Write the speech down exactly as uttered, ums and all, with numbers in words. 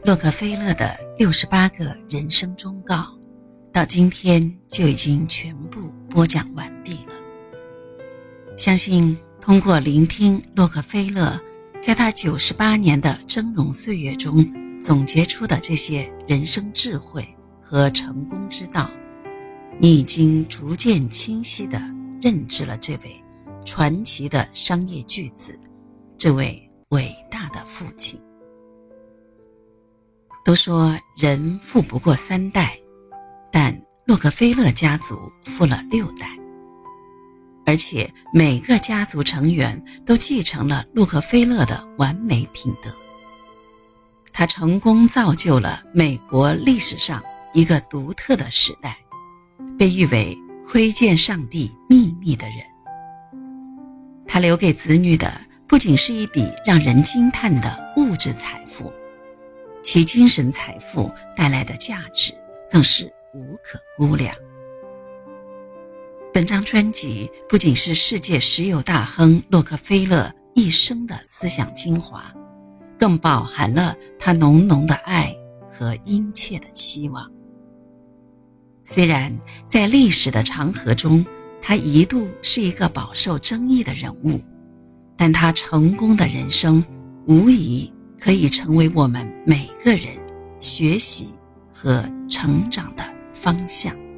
洛克菲勒的六十八个人生忠告，到今天就已经全部播讲完毕了。相信通过聆听洛克菲勒在他九十八年的峥嵘岁月中总结出的这些人生智慧和成功之道，你已经逐渐清晰地认知了这位传奇的商业巨子，这位伟大的父亲。都说人富不过三代，但洛克菲勒家族富了六代，而且每个家族成员都继承了洛克菲勒的完美品德。他成功造就了美国历史上一个独特的时代，被誉为窥见上帝秘密的人。他留给子女的不仅是一笔让人惊叹的物质财富，其精神财富带来的价值更是无可估量。本张专辑不仅是世界石油大亨洛克菲勒一生的思想精华，更饱含了他浓浓的爱和殷切的期望。虽然在历史的长河中，他一度是一个饱受争议的人物，但他成功的人生无疑可以成为我们每个人学习和成长的方向。